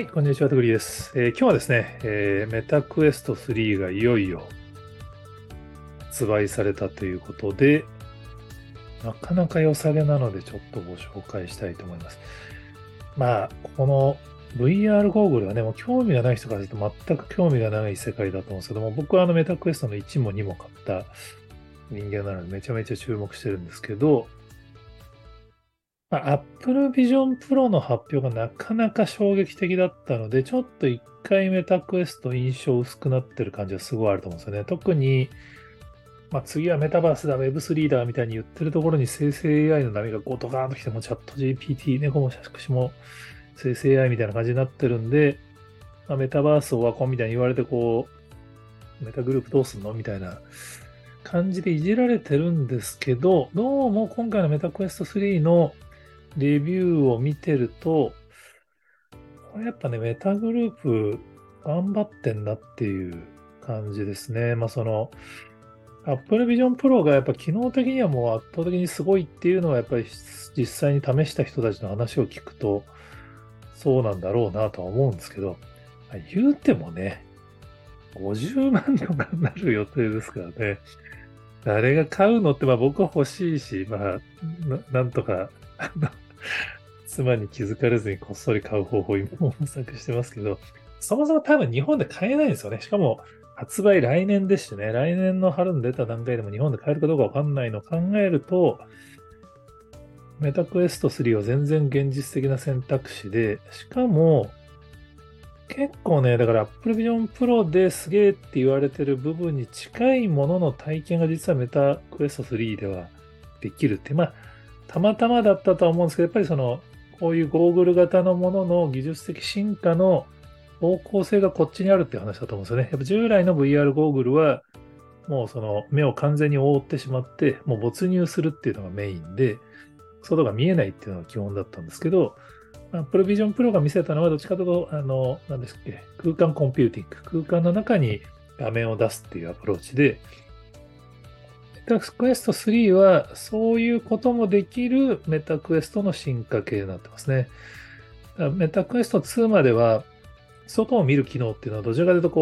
はい、こんにちは、とぐりです。今日はですね、メタクエスト3がいよいよ発売されたということで、なかなか良さげなのでちょっとご紹介したいと思います。まあ、この VR ゴーグルはね、もう興味がない人からすると全く興味がない世界だと思うんですけども、僕はメタクエストの1も2も買った人間なのでめちゃめちゃ注目してるんですけど、Apple Vision Pro の発表がなかなか衝撃的だったので、ちょっと一回メタクエスト印象薄くなってる感じはすごいあると思うんですよね。特に、次はメタバースだ、Web3 だみたいに言ってるところに生成 AI の波がドカーンと来てもチャット GPT、猫もしゃくしも生成 AI みたいな感じになってるんで、メタバースオワコンみたいに言われてメタグループどうすんのみたいな感じでいじられてるんですけど、どうも今回のメタクエスト3のレビューを見てると、これやっぱね、メタグループ頑張ってんなっていう感じですね。Apple Vision Pro がやっぱ機能的にはもう圧倒的にすごいっていうのはやっぱり実際に試した人たちの話を聞くとそうなんだろうなとは思うんですけど、言うてもね、50万とかになる予定ですからね。誰が買うのって、僕は欲しいし、なんとか、妻に気づかれずにこっそり買う方法を今も模索してますけど、そもそも多分日本で買えないんですよね。しかも発売来年ですしね、来年の春に出た段階でも日本で買えるかどうかわかんないのを考えると、メタクエスト3は全然現実的な選択肢で、しかも結構ね、だから Apple Vision Pro ですげえって言われてる部分に近いものの体験が実はメタクエスト3ではできるって、たまたまだったとは思うんですけど、やっぱりこういうゴーグル型のものの技術的進化の方向性がこっちにあるっていう話だと思うんですよね。やっぱ従来の VR ゴーグルは、もうその目を完全に覆ってしまって、もう没入するっていうのがメインで、外が見えないっていうのが基本だったんですけど、Apple Vision Pro が見せたのはどっちかというと、何ですっけ、空間コンピューティング、空間の中に画面を出すっていうアプローチで、メタクエスト3はそういうこともできるメタクエストの進化系になってますね。メタクエスト2までは、外を見る機能っていうのはどちらかというと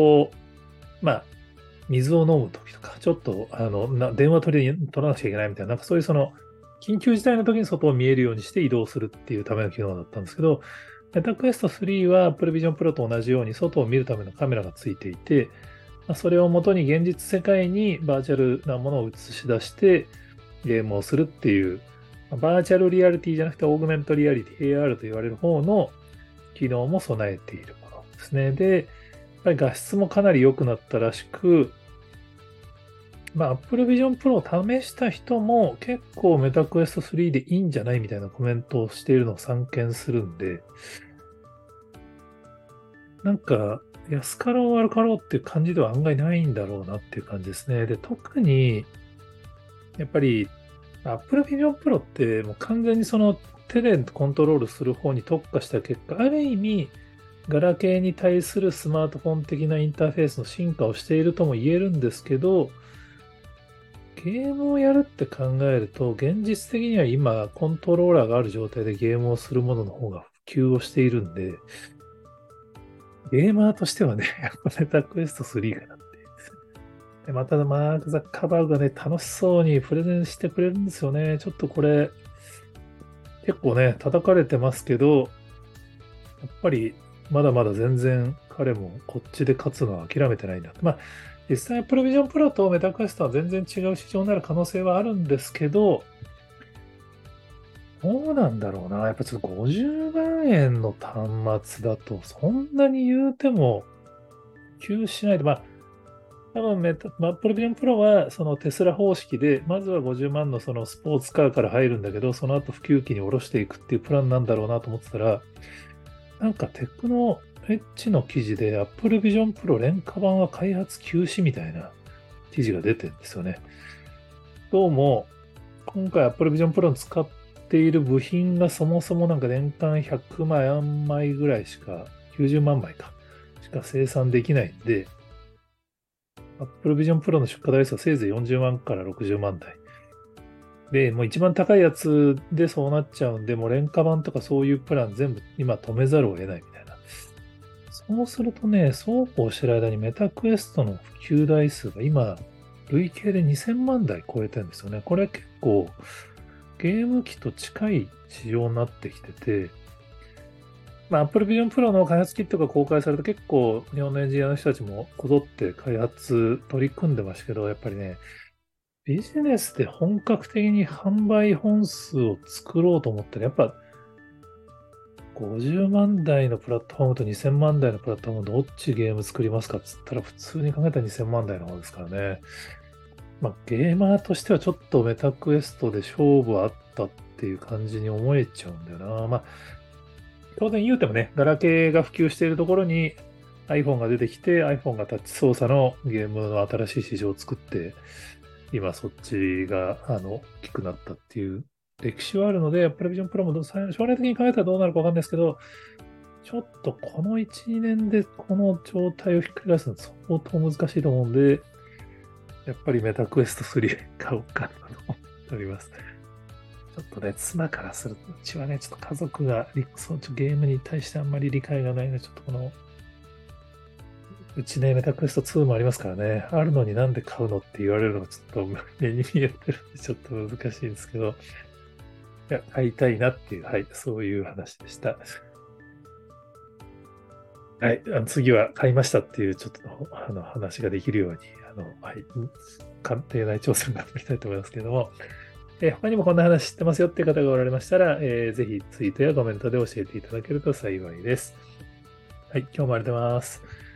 水を飲むときとか、ちょっと電話取らなくちゃいけないみたいな、なんかそういう緊急事態の時に外を見えるようにして移動するっていうための機能だったんですけど、メタクエスト3は Apple Vision Pro と同じように外を見るためのカメラがついていて、それをもとに現実世界にバーチャルなものを映し出してゲームをするっていう、バーチャルリアリティじゃなくてオーグメントリアリティ、AR と言われる方の機能も備えているものですね。で、やっぱり画質もかなり良くなったらしく、Apple Vision Pro を試した人も結構メタクエスト3でいいんじゃないみたいなコメントをしているのを散見するんで、なんか安かろう悪かろうっていう感じでは案外ないんだろうなっていう感じですね。で、特にやっぱり Apple Vision Pro ってもう完全にその手でコントロールする方に特化した結果、ある意味ガラケーに対するスマートフォン的なインターフェースの進化をしているとも言えるんですけど、ゲームをやるって考えると、現実的には今、コントローラーがある状態でゲームをするものの方が普及をしているんで、ゲーマーとしてはね、やっぱメタクエスト3かなって。で、また、マーク・ザッカーバーグがね、楽しそうにプレゼンしてくれるんですよね。ちょっとこれ、結構ね、叩かれてますけど、やっぱり、まだまだ全然彼もこっちで勝つのは諦めてないんだ。実際 Apple Vision Pro とメタクエストは全然違う市場になる可能性はあるんですけど、どうなんだろうな。やっぱちょっと50万円の端末だと、そんなに言うても、普及しないで、多分Apple Vision Pro はそのテスラ方式で、まずは50万のそのスポーツカーから入るんだけど、その後普及機に下ろしていくっていうプランなんだろうなと思ってたら、なんかテクノエッジの記事で Apple Vision Pro 廉価版は開発休止みたいな記事が出てるんですよね。どうも、今回 Apple Vision Pro を使っている部品がそもそもなんか年間100万枚ぐらいしか、90万枚か、しか生産できないんで、Apple Vision Pro の出荷台数はせいぜい40万から60万台。で、もう一番高いやつでそうなっちゃうんで、もう廉価版とかそういうプラン全部今止めざるを得ないみたいなそうするとね、そうこうしてる間にメタクエストの普及台数が今、累計で2000万台超えてるんですよね。これ結構ゲーム機と近い仕様になってきてて、Apple Vision Pro の開発キットが公開されて結構日本のエンジニアの人たちもこぞって開発取り組んでましたけど、やっぱりね、ビジネスで本格的に販売本数を作ろうと思ったら、やっぱ50万台のプラットフォームと2000万台のプラットフォームどっちゲーム作りますかっつったら普通に考えたら2000万台の方ですからね。ゲーマーとしてはちょっとメタクエストで勝負あったっていう感じに思えちゃうんだよな。当然言うてもね、ガラケーが普及しているところに iPhone が出てきて iPhone がタッチ操作のゲームの新しい市場を作って、今そっちが大きくなったっていう歴史はあるので、Apple Vision Pro も将来的に考えたらどうなるかわかんないですけど、ちょっとこの1、2年でこの状態をひっくり返すのは相当難しいと思うんで、やっぱりメタクエスト3買おうかなと思っております。ちょっとね、妻からすると、うちはね、ちょっと家族がゲームに対してあんまり理解がないので、ちょっとうちね、メタクエスト2もありますからね、あるのになんで買うのって言われるのがちょっと目に見えてるんで、ちょっと難しいんですけど、いや、買いたいなっていう、はい、そういう話でした。はい、次は買いましたっていう、ちょっと話ができるように、はい、鑑定内調査を頑張りたいと思いますけれども、他にもこんな話知ってますよっていう方がおられましたら、ぜひツイートやコメントで教えていただけると幸いです。はい、今日もありがとうございます。